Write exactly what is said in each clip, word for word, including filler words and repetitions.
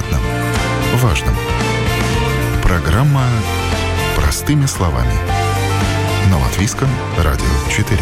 понятном, важном. Программа «Простыми словами» на Латвийском радио четыре.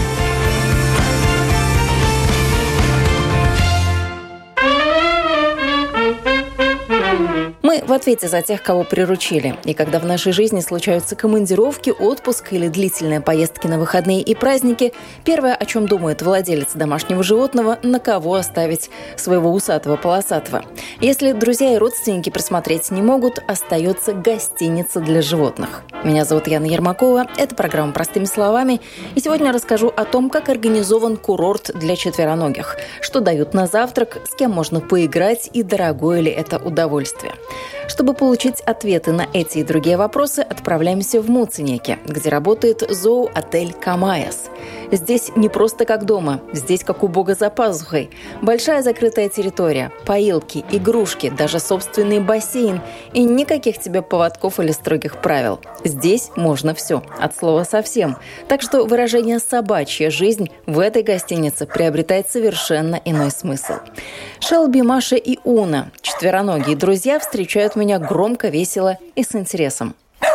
Мы в ответе за тех, кого приручили. И когда в нашей жизни случаются командировки, отпуск или длительные поездки на выходные и праздники, первое, о чем думает владелец домашнего животного, на кого оставить своего усатого-полосатого. Если друзья и родственники присмотреть не могут, остается гостиница для животных. Меня зовут Яна Ермакова, это программа «Простыми словами», и сегодня расскажу о том, как организован курорт для четвероногих, что дают на завтрак, с кем можно поиграть и дорогое ли это удовольствие. Чтобы получить ответы на эти и другие вопросы, отправляемся в Муценеке, где работает зооотель «Камаяс». Здесь не просто как дома, здесь как у бога за пазухой. Большая закрытая территория, поилки, игрушки, даже собственный бассейн и никаких тебе поводков или строгих правил. Здесь можно все, от слова совсем. Так что выражение «собачья жизнь» в этой гостинице приобретает совершенно иной смысл. Шелби, Маша и Уна, четвероногие друзья, встречают меня громко, весело и с интересом.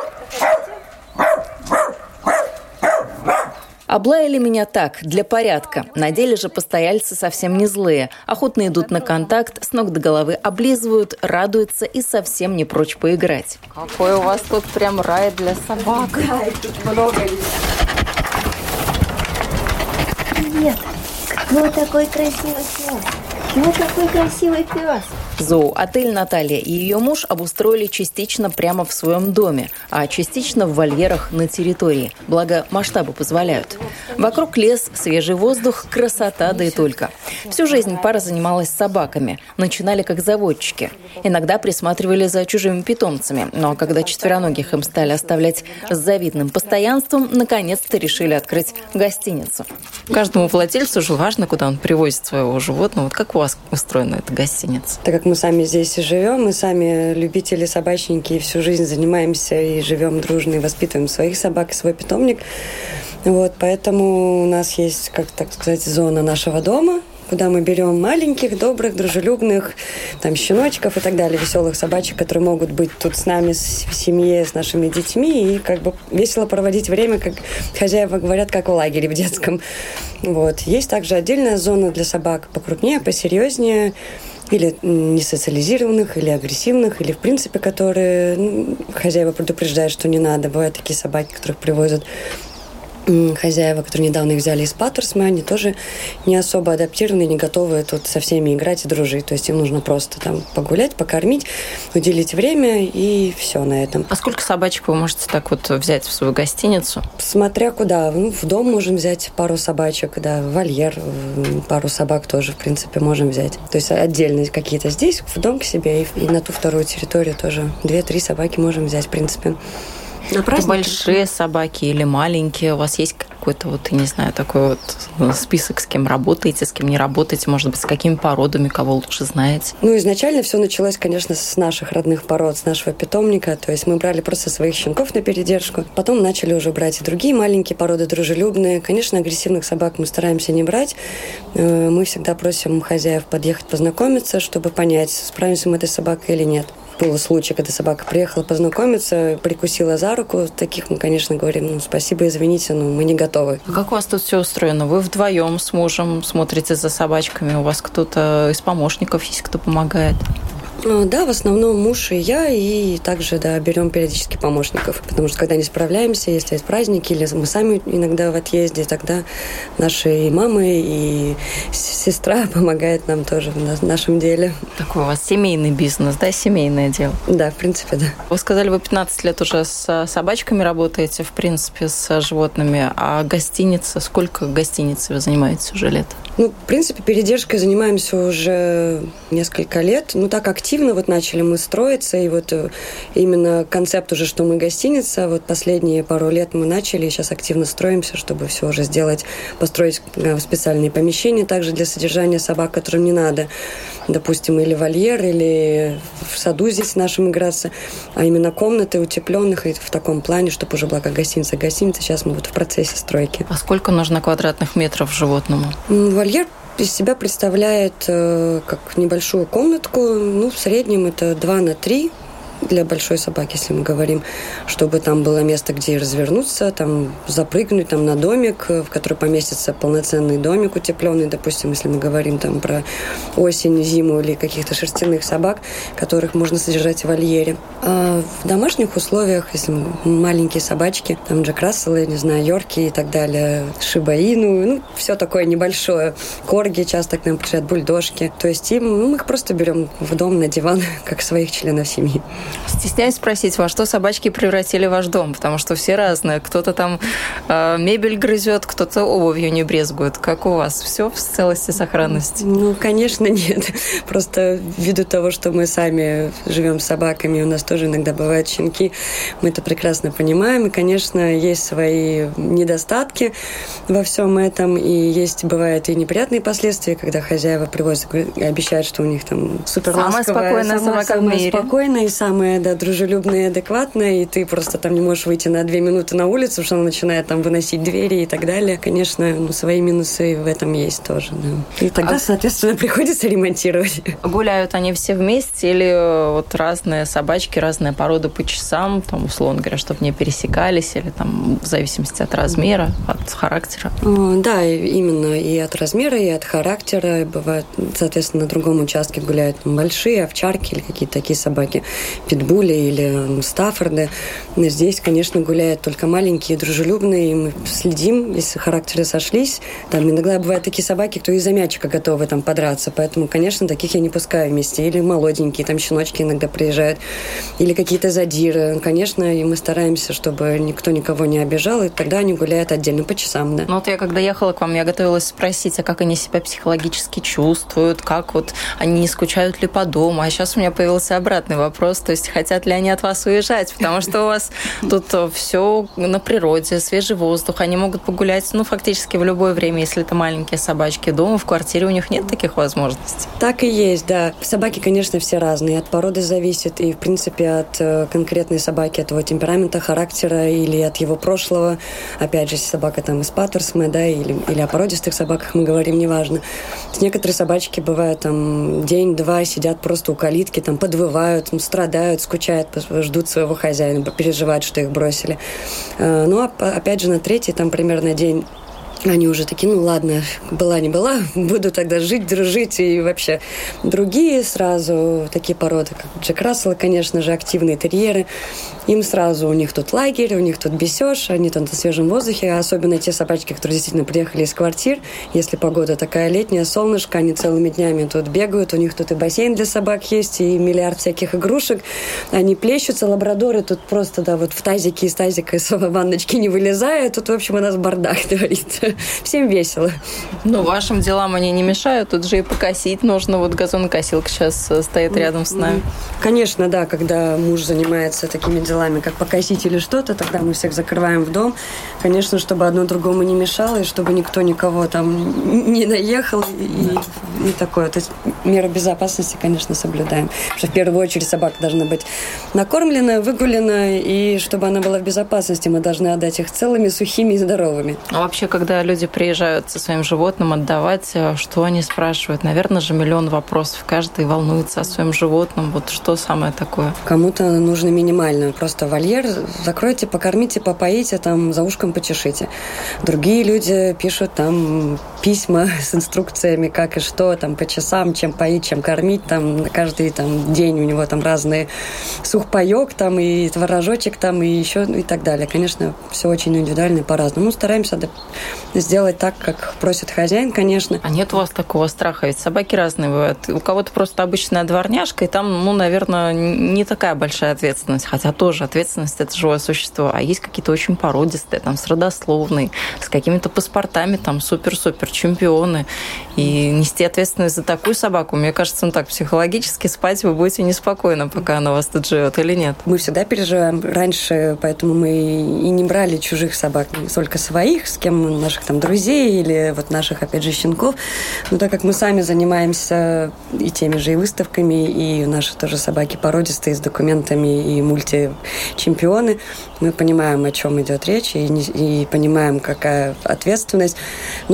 Облаяли меня так, для порядка. На деле же постояльцы совсем не злые. Охотно идут на контакт, с ног до головы облизывают, радуются и совсем не прочь поиграть. Какой у вас тут прям рай для собак. Да, тут много людей. Привет. Кто такой красивый пес? Ну, какой красивый пес. Зооотель Наталья и ее муж обустроили частично прямо в своем доме, а частично в вольерах на территории. Благо, масштабы позволяют. Вокруг лес, свежий воздух, красота, да и только. Всю жизнь пара занималась собаками. Начинали как заводчики. Иногда присматривали за чужими питомцами. Ну а когда четвероногих им стали оставлять с завидным постоянством, наконец-то решили открыть гостиницу. Каждому владельцу же важно, куда он привозит своего животного. Вот как у вас устроена эта гостиница? Так как мы сами здесь и живем, мы сами любители собачники, и всю жизнь занимаемся и живем дружно, и воспитываем своих собак, и свой питомник. Вот, поэтому у нас есть, как так сказать, зона нашего дома, куда мы берем маленьких, добрых, дружелюбных, там, щеночков и так далее, веселых собачек, которые могут быть тут с нами, в семье, с нашими детьми, и как бы весело проводить время, как хозяева говорят, как в лагере в детском. Вот. Есть также отдельная зона для собак покрупнее, посерьезнее, или несоциализированных, или агрессивных, или, в принципе, которые ну, хозяева предупреждают, что не надо. Бывают такие собаки, которых привозят хозяева, которые недавно их взяли из Патрсма, они тоже не особо адаптированы, не готовы тут со всеми играть и дружить. То есть им нужно просто там погулять, покормить, уделить время, и все на этом. А сколько собачек вы можете так вот взять в свою гостиницу? Смотря куда. Ну, в дом можем взять пару собачек, да, в вольер пару собак тоже, в принципе, можем взять. То есть отдельно какие-то здесь, в дом к себе, и на ту вторую территорию тоже две-три собаки можем взять, в принципе. Это большие собаки или маленькие? У вас есть какой-то, вот, я не знаю, такой вот список, с кем работаете, с кем не работаете? Может быть, с какими породами, кого лучше знаете? Ну, изначально все началось, конечно, с наших родных пород, с нашего питомника. То есть мы брали просто своих щенков на передержку. Потом начали уже брать и другие маленькие породы, дружелюбные. Конечно, агрессивных собак мы стараемся не брать. Мы всегда просим хозяев подъехать познакомиться, чтобы понять, справимся мы этой собакой или нет. Был случай, когда собака приехала познакомиться, прикусила за руку. Таких мы, конечно, говорим, ну, спасибо, извините, но мы не готовы. А как у вас тут все устроено? Вы вдвоем с мужем смотрите за собачками? У вас кто-то из помощников есть, кто помогает? Да, в основном муж и я, и также, да, берем периодически помощников. Потому что когда не справляемся, если есть праздники, или мы сами иногда в отъезде, тогда наши и мамы, и сестра помогают нам тоже в нашем деле. Такой у вас семейный бизнес, да, семейное дело? Да, в принципе, да. Вы сказали, вы пятнадцать лет уже с собачками работаете, в принципе, с животными, а гостиница, сколько гостиниц вы занимаетесь уже лет? Ну, в принципе, передержкой занимаемся уже несколько лет. Ну, так активно вот начали мы строиться, и вот именно концепт уже, что мы гостиница, вот последние пару лет мы начали, и сейчас активно строимся, чтобы все уже сделать, построить специальные помещения также для содержания собак, которым не надо, допустим, или вольер, или в саду здесь нашем играться, а именно комнаты утепленных и в таком плане, чтобы уже была как гостиница. Гостиница сейчас мы вот в процессе стройки. А сколько нужно квадратных метров животному? Вольер из себя представляет э, как небольшую комнатку. Ну, в среднем это два на три. Для большой собаки, если мы говорим, чтобы там было место, где развернуться, там запрыгнуть там, на домик, в который поместится полноценный домик утепленный, допустим, если мы говорим там, про осень, зиму или каких-то шерстяных собак, которых можно содержать в вольере. А в домашних условиях, если маленькие собачки, там Джек Расселы, не знаю, Йорки и так далее, Шиба Ину, ну, все такое небольшое. Корги часто к нам приезжают, бульдожки. То есть им, ну, мы их просто берем в дом на диван, как своих членов семьи. Стесняюсь спросить, во что собачки превратили ваш дом? Потому что все разные. Кто-то там э, мебель грызет, кто-то обувью не брезгует. Как у вас? Все в целости и сохранности? Ну, конечно, нет. Просто ввиду того, что мы сами живем с собаками, у нас тоже иногда бывают щенки, мы это прекрасно понимаем. И, конечно, есть свои недостатки во всем этом. И есть, бывают и неприятные последствия, когда хозяева привозят и обещают, что у них там супер ласковая, самая спокойная собака в мире. Спокойная и самая да, дружелюбная и адекватная, и ты просто там не можешь выйти на две минуты на улицу, что она начинает там выносить двери и так далее. Конечно, ну, свои минусы в этом есть тоже. Да. И тогда, а... соответственно, приходится ремонтировать. Гуляют они все вместе или вот разные собачки, разные породы по часам, там, условно говоря, чтобы не пересекались, или там в зависимости от размера, от характера? О, да, именно и от размера, и от характера. Бывает, соответственно, на другом участке гуляют там, большие овчарки или какие-то такие собаки, питбули или стаффорды. Здесь, конечно, гуляют только маленькие, дружелюбные, и мы следим, если характеры сошлись. Там иногда бывают такие собаки, кто из-за мячика готовы там подраться, поэтому, конечно, таких я не пускаю вместе. Или молоденькие, там щеночки иногда приезжают, или какие-то задиры. Конечно, и мы стараемся, чтобы никто никого не обижал, и тогда они гуляют отдельно по часам, да. Ну вот я, когда ехала к вам, я готовилась спросить, а как они себя психологически чувствуют, как вот они не скучают ли по дому, а сейчас у меня появился обратный вопрос, то есть хотят ли они от вас уезжать, потому что у вас тут все на природе, свежий воздух, они могут погулять, ну, фактически в любое время, если это маленькие собачки. Дома, в квартире у них нет таких возможностей? Так и есть, да. Собаки, конечно, все разные, от породы зависит, и, в принципе, от конкретной собаки, от его темперамента, характера или от его прошлого. Опять же, если собака там из паттерсме, да, или, или о породистых собаках мы говорим, неважно. Некоторые собачки бывают там день-два сидят просто у калитки, там подвывают, страдают, скучают, ждут своего хозяина, переживают, что их бросили. Ну, а опять же, на третий, там примерно день они уже такие, ну ладно, была не была, буду тогда жить, дружить. И вообще другие сразу, такие породы, как Джек Рассел, конечно же, активные терьеры, им сразу, у них тут лагерь, у них тут бесеж, они там на свежем воздухе, особенно те собачки, которые действительно приехали из квартир, если погода такая летняя, солнышко, они целыми днями тут бегают, у них тут и бассейн для собак есть, и миллиард всяких игрушек, они плещутся, лабрадоры тут просто, да, вот в тазике из тазика из ванночки не вылезают, тут, в общем, у нас бардак творится. Всем весело. Ну, вашим делам они не мешают. Тут же и покосить нужно. Вот газонокосилка сейчас стоит рядом с нами. Конечно, да. Когда муж занимается такими делами, как покосить или что-то, тогда мы всех закрываем в дом. Конечно, чтобы одно другому не мешало, и чтобы никто никого там не наехал. И, и такое. То есть меры безопасности, конечно, соблюдаем. Потому что в первую очередь собака должна быть накормлена, выгулена, и чтобы она была в безопасности, мы должны отдать их целыми, сухими и здоровыми. А вообще, когда люди приезжают со своим животным отдавать, что они спрашивают? Наверное же миллион вопросов. Каждый волнуется о своем животном. Вот что самое такое? Кому-то нужно минимально. Просто вольер закройте, покормите, попоите, там за ушком почешите. Другие люди пишут там письма с инструкциями, как и что, там по часам, чем поить, чем кормить. Там каждый там, день у него там разные сухпайок, там и творожочек, там и еще и так далее. Конечно, все очень индивидуально и по-разному. Ну, стараемся сделать так, как просит хозяин, конечно. А нет у вас такого страха? Ведь собаки разные бывают. У кого-то просто обычная дворняжка, и там, ну, наверное, не такая большая ответственность. Хотя тоже ответственность – это живое существо. А есть какие-то очень породистые, там, с родословной, с какими-то паспортами, там, супер-супер чемпионы. И нести ответственность за такую собаку, мне кажется, ну так, психологически спать вы будете неспокойно, пока она у вас тут живет, или нет? Мы всегда переживаем. Раньше, поэтому мы и не брали чужих собак, только своих, с кем наших там друзей или вот наших, опять же, щенков. Но так как мы сами занимаемся и теми же и выставками, и наши тоже собаки породистые с документами и мультичемпионы, мы понимаем, о чем идет речь, и, не, и понимаем, какая ответственность. Но на самом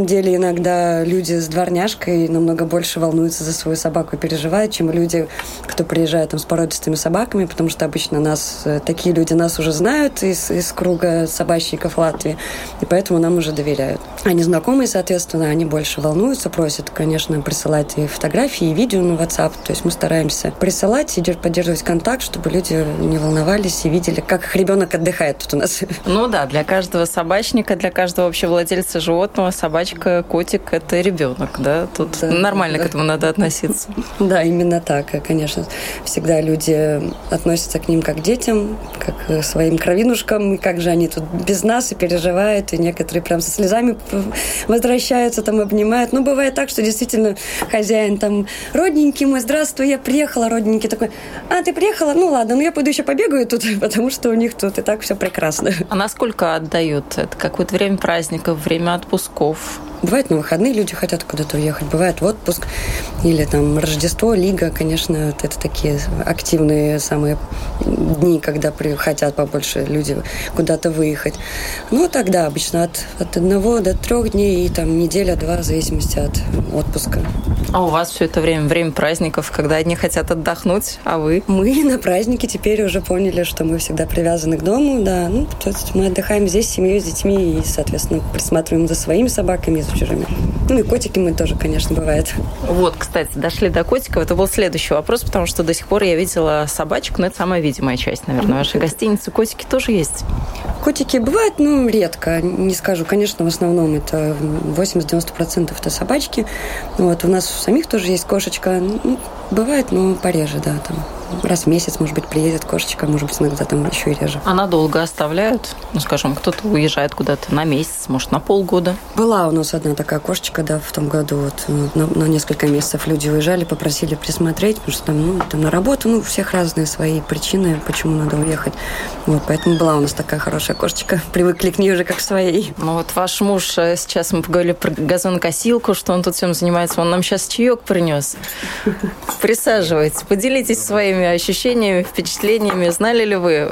деле иногда люди с дворняжкой намного больше волнуются за свою собаку и переживают, чем люди, кто приезжает там с породистыми собаками, потому что обычно нас, такие люди нас уже знают из, из круга собачников Латвии, и поэтому нам уже доверяют. А незнакомые, соответственно, они больше волнуются, просят, конечно, присылать и фотографии, и видео на WhatsApp. То есть мы стараемся присылать и поддерживать контакт, чтобы люди не волновались и видели, как их ребенок отдыхает тут у нас. Ну да, для каждого собачника, для каждого вообще владельца животного собачка, котик – это ребенок, да? Тут да, нормально да. к этому надо относиться. Да, именно так. Конечно, всегда люди относятся к ним как к детям, как к своим кровинушкам, и как же они тут без нас и переживают, и некоторые прям со слезами возвращаются, там обнимают. Ну, бывает так, что действительно хозяин там: родненький мой, здравствуй, я приехала, родненький такой: а, ты приехала? Ну ладно, ну я пойду еще побегаю тут, потому что у них тут и так все прекрасно. А насколько отдают? Это какое-то время праздников, время отпусков? Бывает, на выходные люди хотят куда-то уехать, бывает в отпуск или там Рождество, Лига, конечно, это такие активные самые дни, когда хотят побольше люди куда-то выехать. Ну, тогда обычно от, от одного до трех дней и там неделя-два, в зависимости от отпуска. А у вас все это время, время праздников, когда одни хотят отдохнуть, а вы? Мы на праздники теперь уже поняли, что мы всегда привязаны к дому, да. Ну, то есть мы отдыхаем здесь с семьей, с детьми и, соответственно, присматриваем за своими собаками, за чужими. Ну и котики мы тоже, конечно, бывает. Вот, кстати, дошли до котиков. Это был следующий вопрос, потому что до сих пор я видела собачек, но это самая видимая часть, наверное, вашей гостиницы. Котики тоже есть? Котики бывают, ну, редко, не скажу. Конечно, в основном это восемьдесят-девяносто процентов это собачки. Вот, у нас у самих тоже есть кошечка. Ну, бывает, но пореже, да, там. Раз в месяц, может быть, приедет кошечка, может быть, иногда там еще и реже. А надолго оставляют? Ну, скажем, кто-то уезжает куда-то на месяц, может, на полгода? Была у нас одна такая кошечка, да, в том году. Вот, на, на несколько месяцев люди уезжали, попросили присмотреть, потому что там, ну, там на работу, ну, у всех разные свои причины, почему надо уехать. Вот, поэтому была у нас такая хорошая кошечка. Привыкли к ней уже как к своей. Ну, вот ваш муж, сейчас мы поговорили про газонокосилку, что он тут всем занимается, он нам сейчас чаек принес. Присаживайтесь, поделитесь своими ощущениями, впечатлениями. Знали ли вы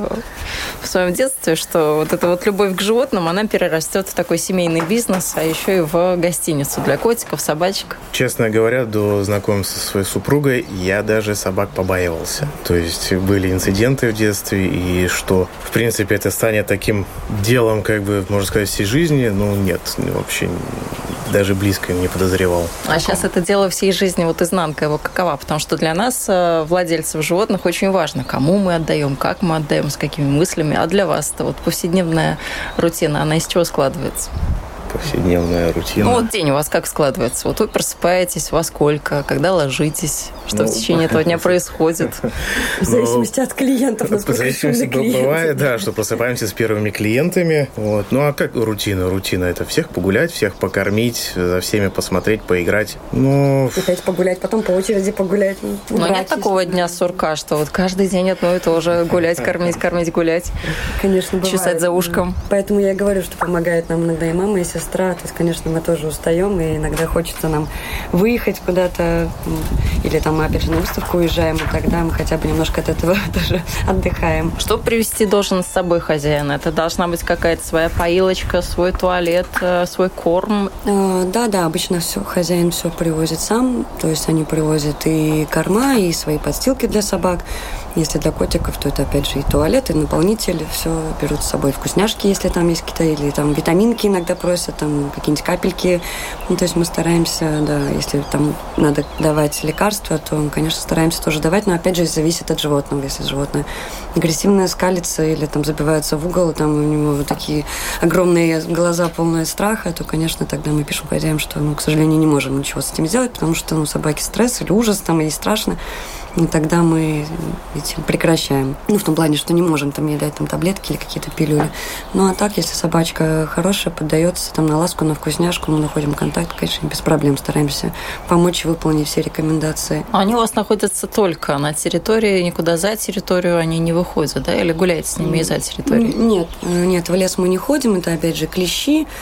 в своем детстве, что вот эта вот любовь к животным, она перерастет в такой семейный бизнес, а еще и в гостиницу для котиков, собачек? Честно говоря, до знакомства со своей супругой я даже собак побаивался. То есть были инциденты в детстве, и что, в принципе, это станет таким делом, как бы, можно сказать, всей жизни, ну, нет, вообще даже близко не подозревал. А сейчас это дело всей жизни, вот изнанка его какова? Потому что для нас, владельцев животных, очень важно, кому мы отдаем, как мы отдаем, с какими мыслями. А для вас-то вот повседневная рутина, она из чего складывается? Повседневная рутина. Ну, вот день у вас как складывается? Вот вы просыпаетесь, во сколько, когда ложитесь? Что ну, в течение этого дня происходит? В зависимости от клиентов. В зависимости бывает, да, что просыпаемся с первыми клиентами. Вот. Ну, а как рутина? Рутина – это всех погулять, всех покормить, за всеми посмотреть, поиграть. Ну... Опять погулять, потом по очереди погулять. Но нет такого дня сурка, что вот каждый день одно и то же. Гулять, кормить, кормить, гулять. Конечно, бывает. Чесать за ушком. Поэтому я и говорю, что помогает нам иногда и мама, и сестра. То есть, конечно, мы тоже устаем, и иногда хочется нам выехать куда-то, или там мы опять же на выставку уезжаем, и тогда мы хотя бы немножко от этого тоже отдыхаем. Что привезти должен с собой хозяин? Это должна быть какая-то своя поилочка, свой туалет, свой корм? Да, да, обычно все, хозяин все привозит сам, то есть они привозят и корма, и свои подстилки для собак. Если для котиков, то это опять же и туалет, и наполнитель, все берут с собой, вкусняшки, если там есть какие-то, или там витаминки иногда просят, там какие-нибудь капельки. Ну, то есть мы стараемся, да, если там надо давать лекарства, то, конечно, стараемся тоже давать, но опять же зависит от животного. Если животное агрессивное, скалится или там забивается в угол, там у него вот такие огромные глаза, полные страха, то, конечно, тогда мы пишем хозяям, что, ну, к сожалению, не можем ничего с этим сделать, потому что, ну, собаке стресс или ужас, там, или страшно. И тогда мы этим прекращаем. Ну, в том плане, что не можем там ей дать там таблетки или какие-то пилюли. Ну, а так, если собачка хорошая, поддается там на ласку, на вкусняшку, мы находим контакт, конечно, без проблем стараемся помочь выполнить все рекомендации. А они у вас находятся только на территории, никуда за территорию они не выходят, да? Или гуляете с ними и за территорией? Нет, нет, в лес мы не ходим, это, опять же, клещи.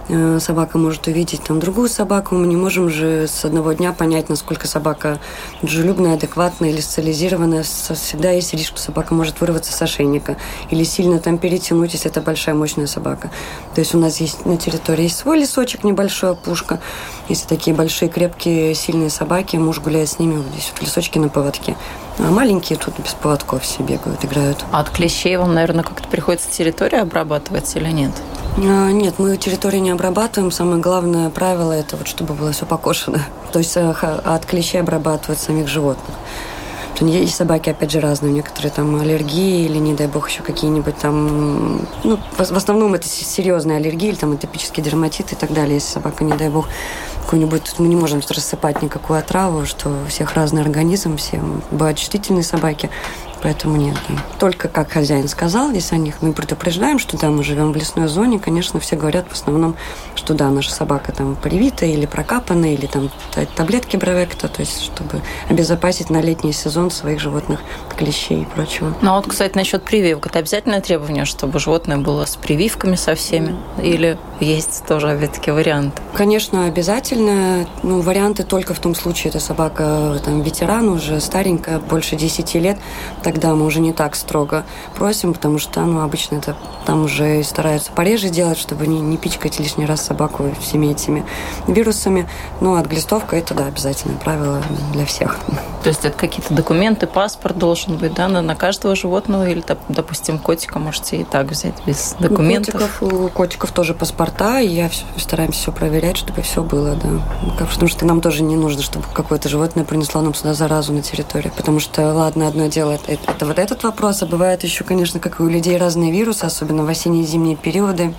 собака может увидеть там другую собаку. Мы не можем же с одного дня понять, насколько собака дружелюбная, адекватная или социализированная. Всегда есть риск, что собака может вырваться с ошейника или сильно там перетянуть, если это большая мощная собака. То есть у нас есть на территории есть свой лесочек, небольшой, опушка. Если такие большие, крепкие, сильные собаки, муж гуляет с ними вот здесь вот в лесочке на поводке. А маленькие тут без поводков все бегают, играют. А от клещей вам, наверное, как-то приходится территорию обрабатывать или нет? А, нет, мы территорию не обрабатываем. Самое главное правило – это вот чтобы было все покошено. То есть от клещей обрабатывать самих животных. Есть собаки, опять же, разные. Некоторые там аллергии или, не дай бог, еще какие-нибудь там... Ну, в основном это серьезные аллергии или там атопический дерматит и так далее. Если собака, не дай бог, какую-нибудь... Мы не можем тут рассыпать никакую отраву, что у всех разный организм, все бывают чувствительные собаки. Поэтому нет. Только как хозяин сказал, если о них мы предупреждаем, что да, мы живем в лесной зоне, конечно, все говорят в основном, что да, наша собака там привита или прокапана, или там таблетки Бравекта, то есть чтобы обезопасить на летний сезон своих животных от клещей и прочего. Ну вот, кстати, насчет прививок. Это обязательное требование, чтобы животное было с прививками со всеми? Или есть тоже, опять-таки, варианты? Конечно, обязательно. Ну, варианты только в том случае, это собака там ветеран, уже старенькая, больше десяти лет. Тогда мы уже не так строго просим, потому что ну, обычно это там уже стараются пореже делать, чтобы не, не пичкать лишний раз собаку всеми этими вирусами. Но от глистовка это, да, обязательное правило для всех. То есть это какие-то документы, паспорт должен быть, да, на, на каждого животного? Или, допустим, котика можете и так взять без документов? У котиков, у котиков тоже паспорта, и я все, стараемся все проверять, чтобы все было, да. Потому что нам тоже не нужно, чтобы какое-то животное принесло нам сюда заразу на территорию. Потому что, ладно, одно дело – это, это вот этот вопрос, а бывает еще, конечно, как и у людей, разные вирусы, особенно в осенние и зимние периоды.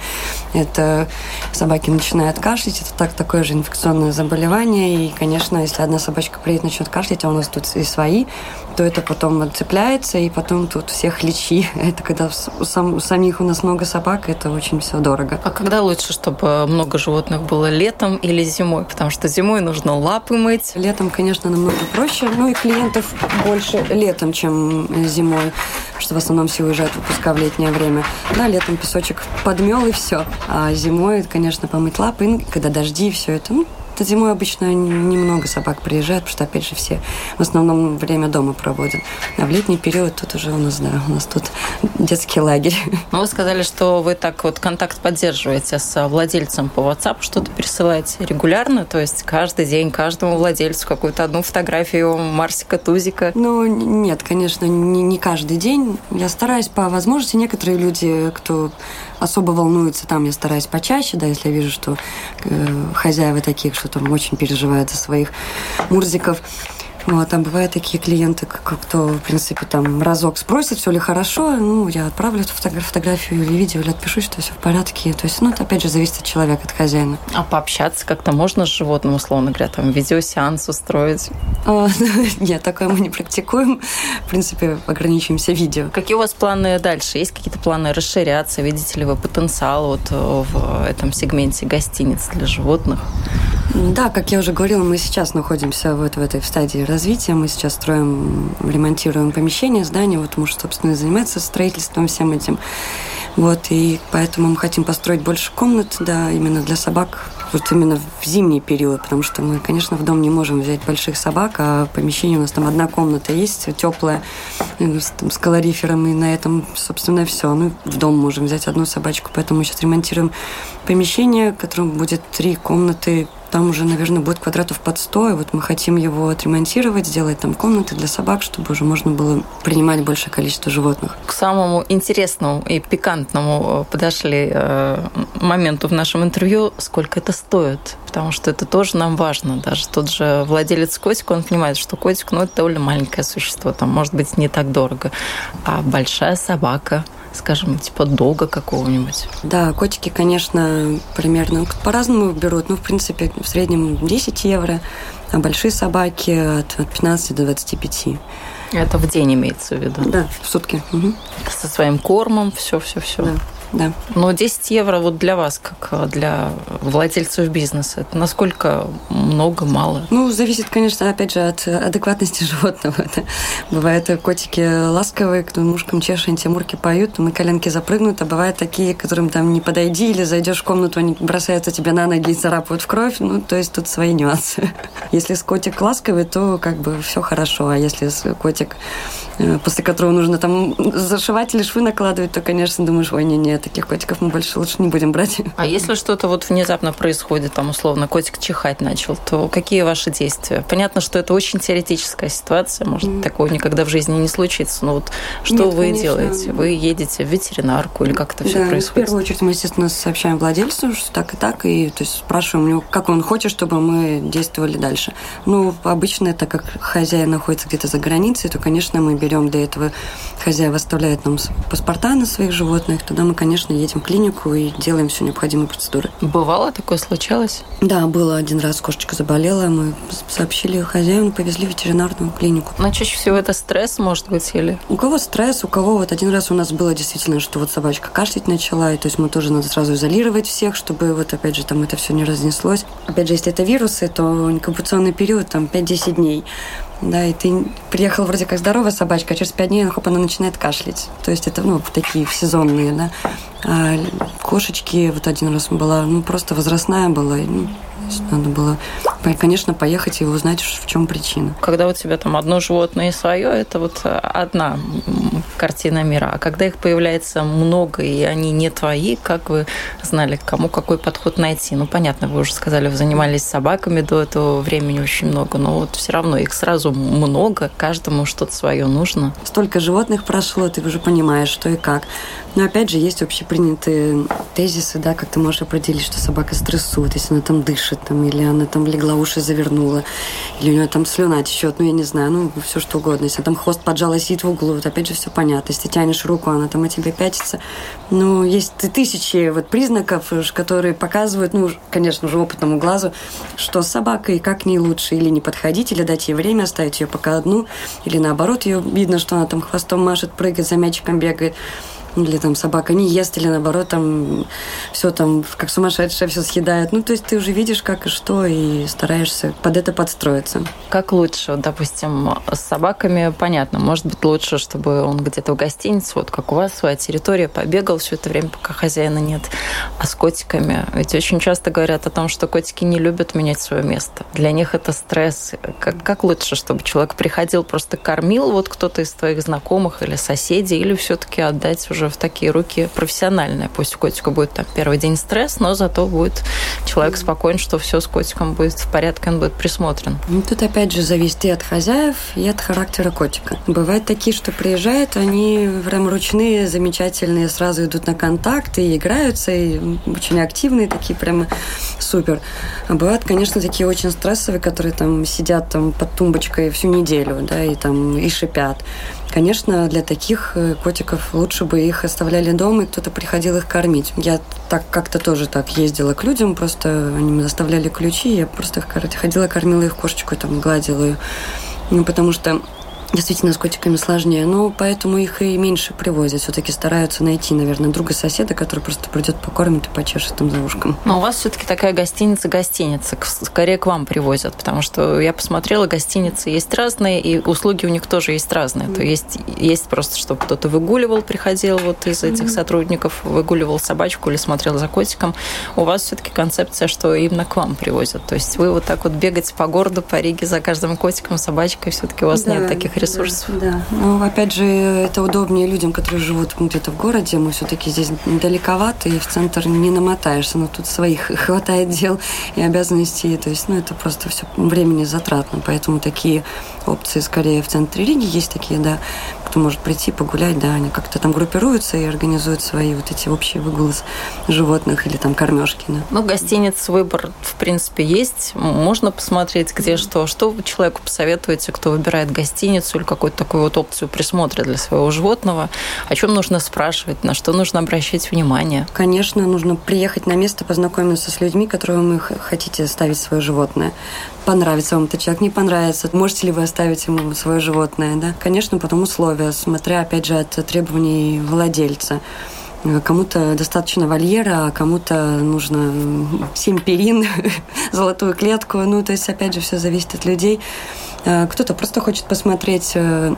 Это собаки начинают кашлять, это так, такое же инфекционное заболевание, и, конечно, если одна собачка приедет, начнет кашлять, а у нас тут и свои, то это потом отцепляется, и потом тут всех лечи. Это когда у, сам, у самих у нас много собак, это очень все дорого. А когда лучше, чтобы много животных было, летом или зимой? Потому что зимой нужно лапы мыть. Летом, конечно, намного проще, ну и клиентов больше летом, чем зимой, потому что в основном все уезжают в отпуска в летнее время. Да, летом песочек подмел и все. А зимой, конечно, помыть лапы, когда дожди, все это, ну, зимой обычно немного собак приезжают, потому что, опять же, все в основном время дома проводят. А в летний период тут уже у нас, да, у нас тут детский лагерь. Ну, вы сказали, что вы так вот контакт поддерживаете с владельцем по WhatsApp, что-то пересылаете регулярно, то есть каждый день каждому владельцу какую-то одну фотографию Марсика, Тузика? Ну, нет, конечно, не, не каждый день. Я стараюсь по возможности. Некоторые люди, кто особо волнуется, там я стараюсь почаще, да, если я вижу, что э, хозяева таких, что там очень переживают за своих мурзиков. Вот, а бывают такие клиенты, кто, в принципе, там разок спросит, все ли хорошо, ну, я отправлю эту фотографию или видео, или отпишу, что все в порядке. То есть, ну, это, опять же, зависит от человека, от хозяина. А пообщаться как-то можно с животным, условно говоря, там, видеосеанс устроить? А, нет, такое мы не практикуем. В принципе, ограничиваемся видео. Какие у вас планы дальше? Есть какие-то планы расширяться? Видите ли вы потенциал вот в этом сегменте гостиниц для животных? Да, как я уже говорила, мы сейчас находимся вот в этой стадии развития. Мы сейчас строим, ремонтируем помещение, здание. Вот муж, собственно, и занимается строительством всем этим. Вот, и поэтому мы хотим построить больше комнат, да, именно для собак, вот именно в зимний период, потому что мы, конечно, в дом не можем взять больших собак, а помещение у нас там одна комната есть, теплая, с калорифером, и на этом, собственно, все. Мы в дом можем взять одну собачку, поэтому мы сейчас ремонтируем помещение, в котором будет три комнаты. Там уже, наверное, будет квадратов под сто, и вот мы хотим его отремонтировать, сделать там комнаты для собак, чтобы уже можно было принимать большее количество животных. К самому интересному и пикантному подошли э, моменту в нашем интервью, сколько это стоит, потому что это тоже нам важно. Даже тот же владелец котика, он понимает, что котик, ну, это довольно маленькое существо, там, может быть, не так дорого, а большая собака, скажем, типа дога какого-нибудь. Да, котики, конечно, примерно по-разному берут. Ну, в принципе, в среднем десять евро, а большие собаки от, от пятнадцати до двадцати пяти. Это в день имеется в виду? Да, в сутки. Угу. Со своим кормом, все-все-все. Да. да. Но десять евро вот для вас, как для владельцев бизнеса, это насколько много, мало? Ну, зависит, конечно, опять же, от адекватности животного. Да. Бывают котики ласковые, кто мушкам чешет, антимурки поют, на коленки запрыгнут, а бывают такие, которым там не подойди, или зайдешь в комнату, они бросаются тебе на ноги и царапают в кровь. Ну, то есть тут свои нюансы. Если котик ласковый, то как бы все хорошо, а если котик, после которого нужно там зашивать или швы накладывать, то, конечно, думаешь, ой, не-не, таких котиков мы больше лучше не будем брать. А если что-то вот внезапно происходит, там, условно, котик чихать начал, то какие ваши действия? Понятно, что это очень теоретическая ситуация, может, mm. такого никогда в жизни не случится, но вот что Нет, вы конечно. делаете? Вы едете в ветеринарку или как это все да, происходит? В первую очередь мы, естественно, сообщаем владельцу, что так и так, и то есть спрашиваем у него, как он хочет, чтобы мы действовали дальше. Ну, обычно, так как хозяин находится где-то за границей, то, конечно, мы берем для этого, хозяин оставляет нам паспорта на своих животных, тогда мы, конечно, едем в клинику и делаем все необходимые процедуры. Бывало такое, случалось? Да, было один раз, кошечка заболела, мы сообщили хозяину, повезли в ветеринарную клинику. Но чаще всего это стресс, может быть, или? У кого стресс, у кого вот один раз у нас было действительно, что вот собачка кашлять начала, и то есть мы тоже надо сразу изолировать всех, чтобы вот опять же там это все не разнеслось. Опять же, если это вирусы, то инкубационный период там пять-десять дней. Да, и ты приехал вроде как здоровая собачка, а через пять дней, хоп, она начинает кашлять. То есть это, ну, такие сезонные, да. А кошечки, вот один раз была, ну, просто возрастная была, и, ну, надо было, конечно, поехать и узнать, в чем причина. Когда у тебя там одно животное и свое, это вот одна картина мира. А когда их появляется много, и они не твои, как вы знали, к кому какой подход найти? Ну, понятно, вы уже сказали, вы занимались собаками до этого времени очень много, но вот все равно их сразу много, каждому что-то свое нужно. Столько животных прошло, ты уже понимаешь, что и как. Но опять же, есть общепринятые тезисы, да, как ты можешь определить, что собака стрессует, если она там дышит, там, или она там легла, уши завернула, или у нее там слюна течет, ну, я не знаю, ну, все что угодно. Если там хвост поджала, сидит в углу, вот опять же, все понятно. Если ты тянешь руку, она там от тебя пятится. Ну, есть тысячи вот признаков, которые показывают, ну, конечно же, опытному глазу, что с собакой как к ней лучше или не подходить, или дать ей время, оставить ее пока одну, или наоборот, ее видно, что она там хвостом машет, прыгает, за мячиком бегает. Или там собака не ест, или наоборот, там все там как сумасшедшая, все съедает. Ну, то есть ты уже видишь, как и что, и стараешься под это подстроиться. Как лучше? Допустим, с собаками, понятно, может быть лучше, чтобы он где-то в гостинице, вот как у вас, своя территория, побегал все это время, пока хозяина нет. А с котиками? Ведь очень часто говорят о том, что котики не любят менять свое место. Для них это стресс. Как, как лучше, чтобы человек приходил, просто кормил вот кто-то из твоих знакомых или соседей, или все-таки отдать уже в такие руки профессиональные. Пусть у котика будет там первый день стресс, но зато будет человек спокоен, что все с котиком будет в порядке, он будет присмотрен. Ну, тут опять же зависит и от хозяев, и от характера котика. Бывают такие, что приезжают, они прям ручные, замечательные, сразу идут на контакт и играются, и очень активные, такие прямо супер. А бывают, конечно, такие очень стрессовые, которые там сидят там под тумбочкой всю неделю, да, и там и шипят. Конечно, для таких котиков лучше бы их оставляли дома, и кто-то приходил их кормить. Я так как-то тоже так ездила к людям, просто они мне оставляли ключи, я просто ходила, кормила их кошечку, там, гладила ее. Ну, потому что действительно с котиками сложнее, но поэтому их и меньше привозят. Все-таки стараются найти, наверное, друга-соседа, который просто придет, покормит и почешет там за ушком. Но у вас все-таки такая гостиница-гостиница. Скорее к вам привозят, потому что я посмотрела, гостиницы есть разные, и услуги у них тоже есть разные. Mm-hmm. То есть есть просто, чтобы кто-то выгуливал, приходил вот из этих mm-hmm. сотрудников, выгуливал собачку или смотрел за котиком. У вас все-таки концепция, что именно к вам привозят. То есть вы вот так вот бегаете по городу, по Риге за каждым котиком, собачкой, все-таки у вас да. нет таких ресурсов. Да, да. Ну, опять же, это удобнее людям, которые живут где-то в городе. Мы все-таки здесь далековато, и в центр не намотаешься. Но тут своих хватает дел и обязанностей. То есть, ну, это просто все времени затратно. Поэтому такие опции скорее в центре Риги есть такие, да, кто может прийти, погулять, да, они как-то там группируются и организуют свои вот эти общие выгулы животных или там кормежки, да. Ну, гостиниц выбор, в принципе, есть. Можно посмотреть, где что. Что вы человеку посоветуете, кто выбирает гостиницу или какую-то такую вот опцию присмотра для своего животного? О чем нужно спрашивать, на что нужно обращать внимание? Конечно, нужно приехать на место, познакомиться с людьми, которым вы хотите оставить свое животное. Понравится вам этот человек, не понравится. Можете ли вы оставить ему свое животное, да? Конечно, потом условия, смотря, опять же, от требований владельца. Кому-то достаточно вольера, а кому-то нужно семь перин, золотую клетку. Ну, то есть, опять же, все зависит от людей. Кто-то просто хочет посмотреть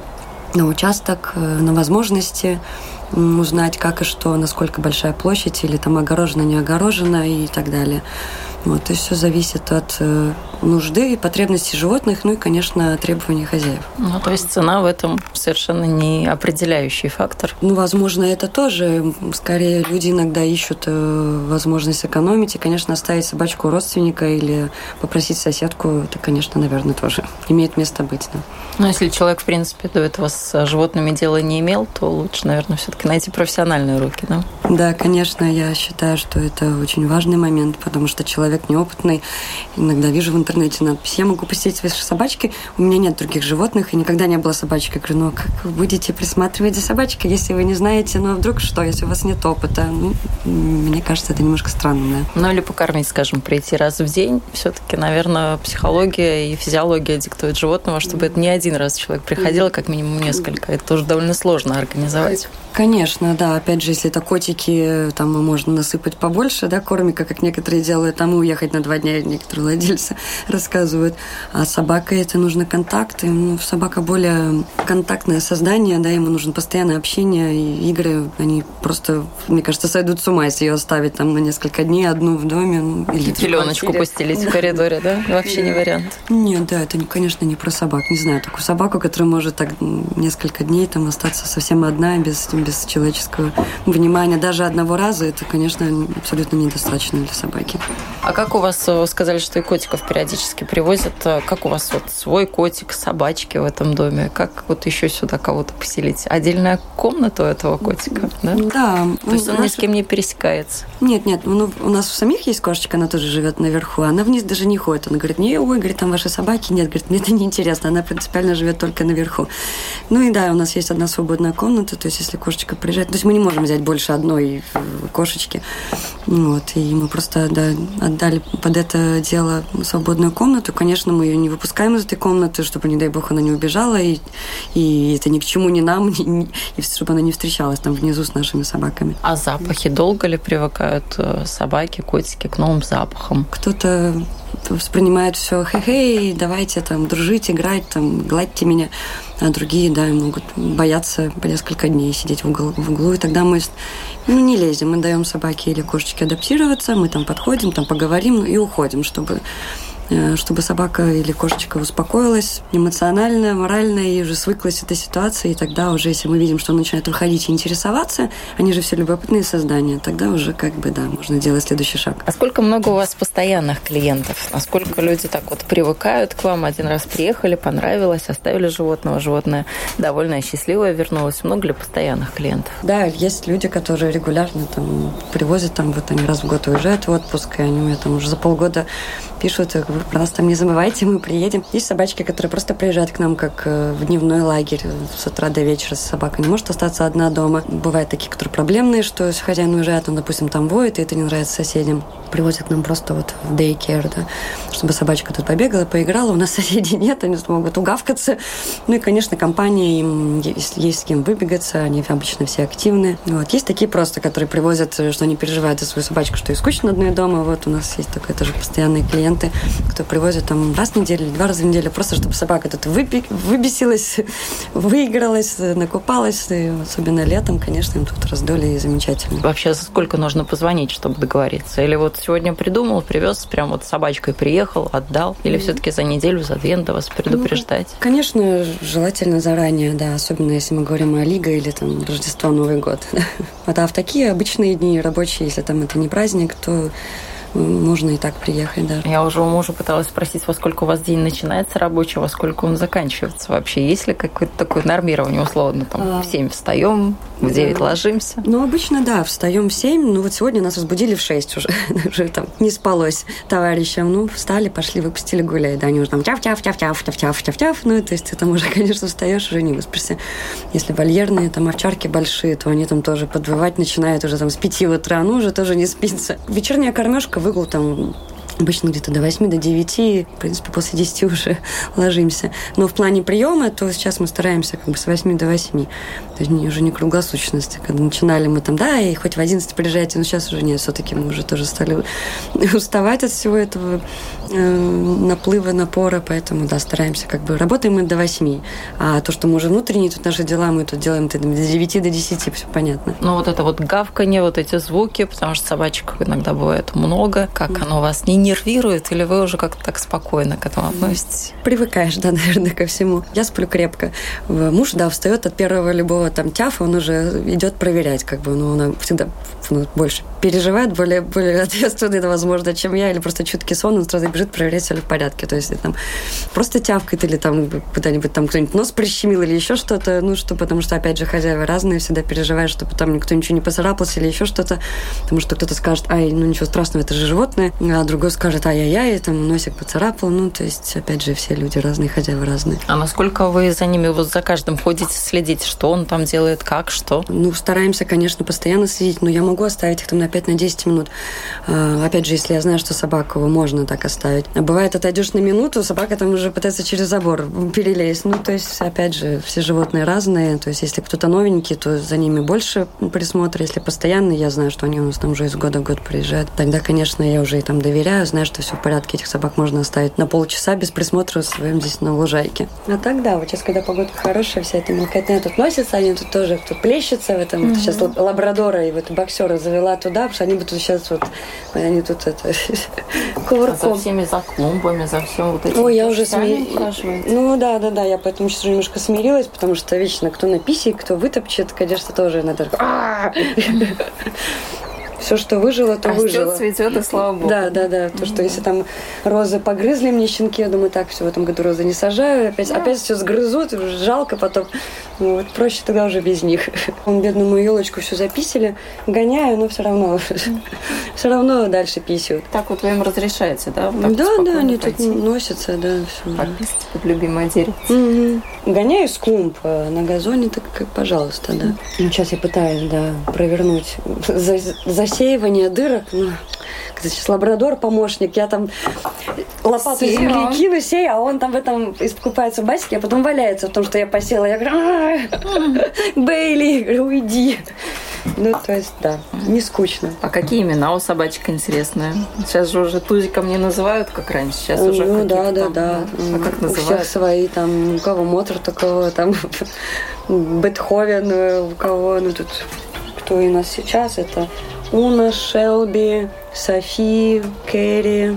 на участок, на возможности, узнать, как и что, насколько большая площадь, или там огорожена, не огорожена и так далее. Вот, то есть все зависит от э, нужды и потребностей животных, ну и, конечно, требований хозяев. Ну, то есть цена в этом совершенно не определяющий фактор. Ну, возможно, это тоже. Скорее, люди иногда ищут э, возможность экономить. И, конечно, оставить собачку у родственника или попросить соседку, это, конечно, наверное, тоже имеет место быть. Да. Но если человек, в принципе, до этого с животными дела не имел, то лучше, наверное, все-таки найти профессиональные руки, да? Да, конечно, я считаю, что это очень важный момент, потому что человек неопытный. Иногда вижу в интернете надпись: я могу посетить свои собачки, у меня нет других животных, и никогда не было собачки. Я говорю, ну как вы будете присматривать за собачкой, если вы не знаете, ну а вдруг что, если у вас нет опыта? Ну, мне кажется, это немножко странно, да. Ну или покормить, скажем, прийти раз в день. Все-таки, наверное, психология и физиология диктуют животного, чтобы это не один раз человек приходил, а как минимум несколько. Это тоже довольно сложно организовать. Конечно, да. Опять же, если это котики, там можно насыпать побольше, да, кормика, как некоторые делают, там и уехать на два дня, некоторые владельцы рассказывают. А собака, это нужно контакт. И, ну, собака более контактное создание, да, ему нужно постоянное общение, и игры, они просто, мне кажется, сойдут с ума, если ее оставить там на несколько дней одну в доме. Ну, или пеленочку постелить в коридоре, да? Вообще не вариант. Нет, да, это, конечно, не про собак. Не знаю, такую собаку, которая может так несколько дней там остаться совсем одна, без без человеческого внимания. Даже одного раза это, конечно, абсолютно недостаточно для собаки. А как у вас, сказали, что и котиков периодически привозят, как у вас вот свой котик, собачки в этом доме? Как вот еще сюда кого-то поселить? Отдельная комната у этого котика, да? Да. То есть он ни с кем не пересекается? Нет, нет. Ну, у нас у самих есть кошечка, она тоже живет наверху. Она вниз даже не ходит. Она говорит, не, ой, говорит, там ваши собаки. Нет, говорит, мне это неинтересно. Она принципиально живет только наверху. Ну и да, у нас есть одна свободная комната. То есть если кошечка приезжает, то есть мы не можем взять больше одной кошечки. Вот. И мы просто, да, отдали под это дело свободную комнату. Конечно, мы ее не выпускаем из этой комнаты, чтобы, не дай бог, она не убежала. И, и это ни к чему, ни нам, ни, ни, и чтобы она не встречалась там внизу с нашими собаками. А запахи? Долго ли привыкают собаки, котики к новым запахам? Кто-то воспринимает все, хе-хей, давайте там дружить, играть, там, гладьте меня. А другие, да, могут бояться по несколько дней сидеть в углу, в углу. И тогда мы, ну, не лезем, мы даем собаке или кошечке адаптироваться, мы там подходим, там поговорим и уходим, чтобы чтобы собака или кошечка успокоилась эмоционально, морально и уже свыклась с этой ситуацией. И тогда уже, если мы видим, что он начинает выходить и интересоваться, они же все любопытные создания, тогда уже как бы, да, можно делать следующий шаг. А сколько много у вас постоянных клиентов? Насколько люди так вот привыкают к вам? Один раз приехали, понравилось, оставили животного, животное довольное, счастливое вернулось. Много ли постоянных клиентов? Да, есть люди, которые регулярно там привозят, там вот они раз в год уезжают в отпуск, и они мне там уже за полгода пишут, вы про нас там не забывайте, мы приедем. Есть собачки, которые просто приезжают к нам как в дневной лагерь с утра до вечера. Собака не может остаться одна дома. Бывают такие, которые проблемные, что если хозяин уезжает, он, допустим, там воет, и это не нравится соседям. Привозят к нам просто вот в дейкер, да, чтобы собачка тут побегала, поиграла. У нас соседей нет, они смогут угавкаться. Ну и, конечно, компания, им есть, есть с кем выбегаться, они обычно все активны. Вот. Есть такие просто, которые привозят, что они переживают за свою собачку, что ей скучно одной дома. Вот у нас есть такой тоже постоянные клиенты, кто привозят там раз в неделю или два раза в неделю, просто чтобы собака тут выби- выбесилась, выигралась, накупалась. И особенно летом, конечно, им тут раздолье и замечательно. Вообще, за сколько нужно позвонить, чтобы договориться? Или вот сегодня придумал, привез, прям вот с собачкой приехал, отдал? Или mm-hmm. все-таки за неделю, за две надо вас предупреждать? Ну, конечно, желательно заранее, да, особенно если мы говорим о Лиге или там Рождество, Новый год. Вот, а в такие обычные дни рабочие, если там это не праздник, то можно и так приехать, да. Я уже у мужа пыталась спросить, во сколько у вас день начинается рабочий, во сколько он заканчивается вообще. Есть ли какое-то такое нормирование, условно, там, а, в семь встаем, в девять да. ложимся? Ну, обычно, да, встаем в семь. Ну, вот сегодня нас разбудили в шесть уже. Уже там не спалось товарищам. Ну, встали, пошли, выпустили гулять. Да, они уже там тяв-тяв-тяв-тяв-тяв-тяв-тяв. Ну, то есть ты там уже, конечно, встаешь, уже не выспишься. Если вольерные, там овчарки большие, то они там тоже подвывать начинают уже там с пяти утра. Ну, уже тоже не спится. Вечерняя кормежка, выгул там Обычно где-то до восьми, до девяти, в принципе, после десяти уже ложимся. Но в плане приема, то сейчас мы стараемся как бы с восьми до восьми. То есть уже не круглосуточность. Когда начинали мы там, да, и хоть в одиннадцать приезжайте, но сейчас уже нет, все-таки мы уже тоже стали уставать от всего этого э, наплыва, напора, поэтому, да, стараемся как бы, работаем мы до восьми. А то, что мы уже внутренние тут наши дела, мы тут делаем до девяти, до десяти, все понятно. Ну вот это вот гавканье, вот эти звуки, потому что собачек иногда бывает много, как оно вас не нервирует, или вы уже как-то так спокойно к этому относитесь? Привыкаешь, да, наверное, ко всему. Я сплю крепко. Муж, да, встает от первого любого там тяфа, он уже идет проверять, как бы, ну, он всегда ну, больше переживает, более, более ответственный, возможно, чем я, или просто чуткий сон, он сразу бежит проверять, все ли в порядке. То есть там просто тявкает, или там куда-нибудь там кто-нибудь нос прищемил, или еще что-то, ну, что, потому что, опять же, хозяева разные, всегда переживают, чтобы там никто ничего не поцарапался, или еще что-то, потому что кто-то скажет, ай, ну, ничего страшного, это же животное, а другой скажет, ай-яй-яй, там носик поцарапал, ну, то есть, опять же, все люди разные, хозяева разные. А насколько вы за ними, вот за каждым ходите, следите, что он там делает, как, что? Ну, стараемся, конечно, постоянно следить, но я могу оставить их там на пять-десять минут. А, опять же, если я знаю, что собаку можно так оставить. А бывает, отойдешь на минуту, собака там уже пытается через забор перелезть. Ну, то есть, опять же, все животные разные, то есть, если кто-то новенький, то за ними больше присмотра, если постоянный, я знаю, что они у нас там уже из года в год приезжают, тогда, конечно, я уже и там доверяю, знаю, что все в порядке, этих собак можно оставить на полчаса без присмотра своим здесь на лужайке. А так, да, вот сейчас, когда погода хорошая, вся эта мелкотня тут носится, они тут тоже тут плещутся в этом. Mm-hmm. Вот сейчас лабрадора и вот боксера завела туда, потому что они бы тут сейчас вот, они тут это кувырком. За всеми, за клумбами, за всем вот этим. Ой, я уже смирилась. Ну да, да, да, я поэтому сейчас уже немножко смирилась, потому что вечно кто написит, кто вытопчет, конечно, тоже надо. Все, что выжило, то Растет, выжило. Цветет, и слава богу. Да, да, да. То, что если там розы погрызли мне щенки, я думаю, так, все, в этом году розы не сажаю. Опять, да. опять все сгрызут, жалко потом. Ну, вот проще тогда уже без них. Он бедную мою елочку все записали, гоняю, но все равно, все равно дальше писают. Так вот вы им разрешаете, да? Вот да, да, они тут носятся, да. Все. Пописать под любимое дерево. Угу. Гоняю с клумб на газоне, так как, пожалуйста, да. Ну, сейчас я пытаюсь, да, провернуть за, засеивание дырок. Ну, сейчас лабрадор помощник, я там лопату земли кину, сею, а он там в этом искупается в басике, а потом валяется в том, что я посела. Я говорю, Бейли, говорю, уйди. Ну, то есть, да, не скучно. А какие имена у собачек интересные? Сейчас же уже тузиком не называют, как раньше. Сейчас ну, уже Ну, да, да, там, да. А как называют? У всех свои, там, у кого Моцарт, у кого там Бетховен, у кого, ну, тут, кто у нас сейчас, это Уна, Шелби, Софи, Кэрри,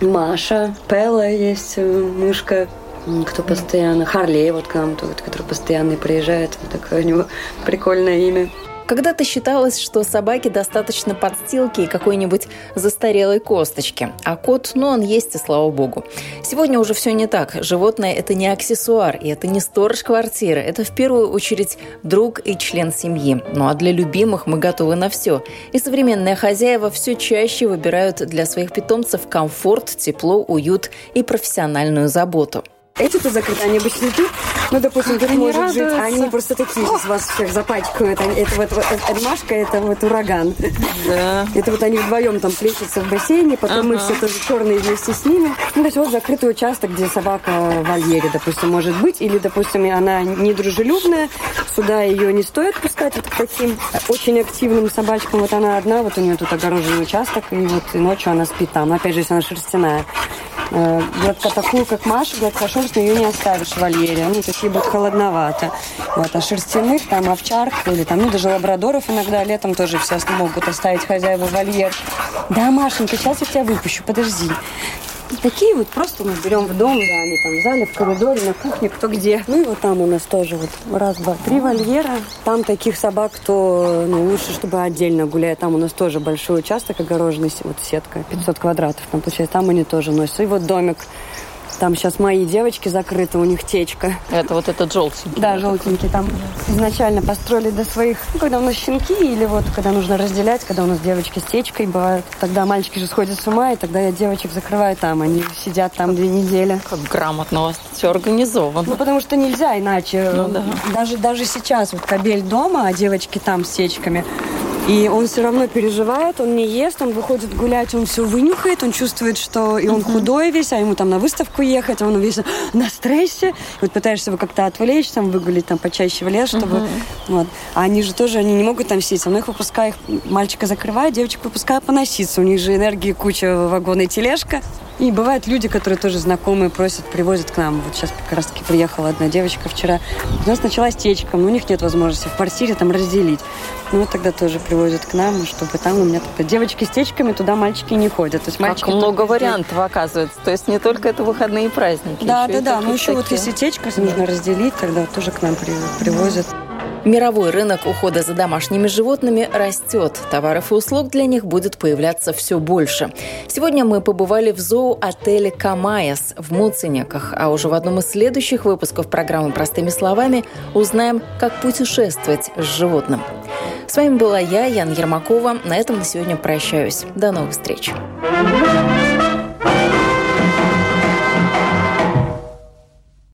Маша, Пелла есть, мышка, кто постоянно, Харлей, вот к нам, тот, который постоянно приезжает, такое у него прикольное имя. Когда-то считалось, что собаке достаточно подстилки и какой-нибудь застарелой косточки. А кот, ну, он есть, и слава богу. Сегодня уже все не так. Животное – это не аксессуар, и это не сторож квартиры. Это в первую очередь друг и член семьи. Ну, а для любимых мы готовы на все. И современные хозяева все чаще выбирают для своих питомцев комфорт, тепло, уют и профессиональную заботу. Эти-то закрыты, они обычно тут, ну, допустим, тут может радуются. Жить, а они просто такие сейчас вас всех запачкают. Это вот Машка, это вот ураган. Да. Это вот они вдвоем там плещутся в бассейне, потом ага. мы все тоже черные вместе с ними. Ну, то есть вот закрытый участок, где собака в вольере, допустим, может быть, или, допустим, она недружелюбная, сюда ее не стоит пускать вот к таким очень активным собачкам. Вот она одна, вот у нее тут огороженный участок, и вот и ночью она спит там. Опять же, если она шерстяная. Гладко такую, как Маша, гладкошерстную, ее не оставишь в вольере. Ну, такие будут холодновато. Вот. А шерстяных, там, овчарок или там, ну, даже лабрадоров иногда летом тоже все могут оставить хозяева в вольер. Да, Машенька, сейчас я тебя выпущу, подожди. И такие вот просто мы берем в дом, да, они там в зале, в коридоре, на кухне, кто где. Ну и вот там у нас тоже вот раз, два, три вольера. Там таких собак, кто, ну, лучше, чтобы отдельно гуляет. Там у нас тоже большой участок огороженный, вот сетка, пятьсот квадратов. Там, получается, там они тоже носят. И вот домик. Там сейчас мои девочки закрыты, у них течка. Это вот этот желтенький. Да, желтенький. Там изначально построили для своих, ну, когда у нас щенки, или вот когда нужно разделять, когда у нас девочки с течкой бывают. Тогда мальчики же сходят с ума, и тогда я девочек закрываю там. Они сидят там две недели. Как грамотно у вас все организовано. Ну, потому что нельзя иначе. Ну, да. Даже, даже сейчас вот кобель дома, а девочки там с течками. И он все равно переживает, он не ест, он выходит гулять, он все вынюхает, он чувствует, что и он uh-huh. худой весь, а ему там на выставку ехать, а он весь на стрессе. И вот пытаешься его как-то отвлечь, там, выгулить там почаще в лес, чтобы... Uh-huh. Вот. А они же тоже, они не могут там сидеть. Но их выпускаю, мальчика закрываю, девочек выпускаю поноситься. У них же энергии куча, вагон и тележка. И бывают люди, которые тоже знакомые, просят, привозят к нам. Вот сейчас как раз-таки приехала одна девочка вчера. У нас началась течка, но у них нет возможности в квартире там разделить. Ну, вот тогда тоже привозят к нам, чтобы там у меня тогда девочки с течками, туда мальчики не ходят. То есть как много вариантов, оказывается. То есть не только это выходные праздники. Да, да, да. Ну, еще вот если течка нужно разделить, тогда тоже к нам привозят. Мировой рынок ухода за домашними животными растет. Товаров и услуг для них будет появляться все больше. Сегодня мы побывали в зооотеле «Камаяс» в Муценеках, а уже в одном из следующих выпусков программы «Простыми словами» узнаем, как путешествовать с животным. С вами была я, Яна Ермакова. На этом на сегодня прощаюсь. До новых встреч.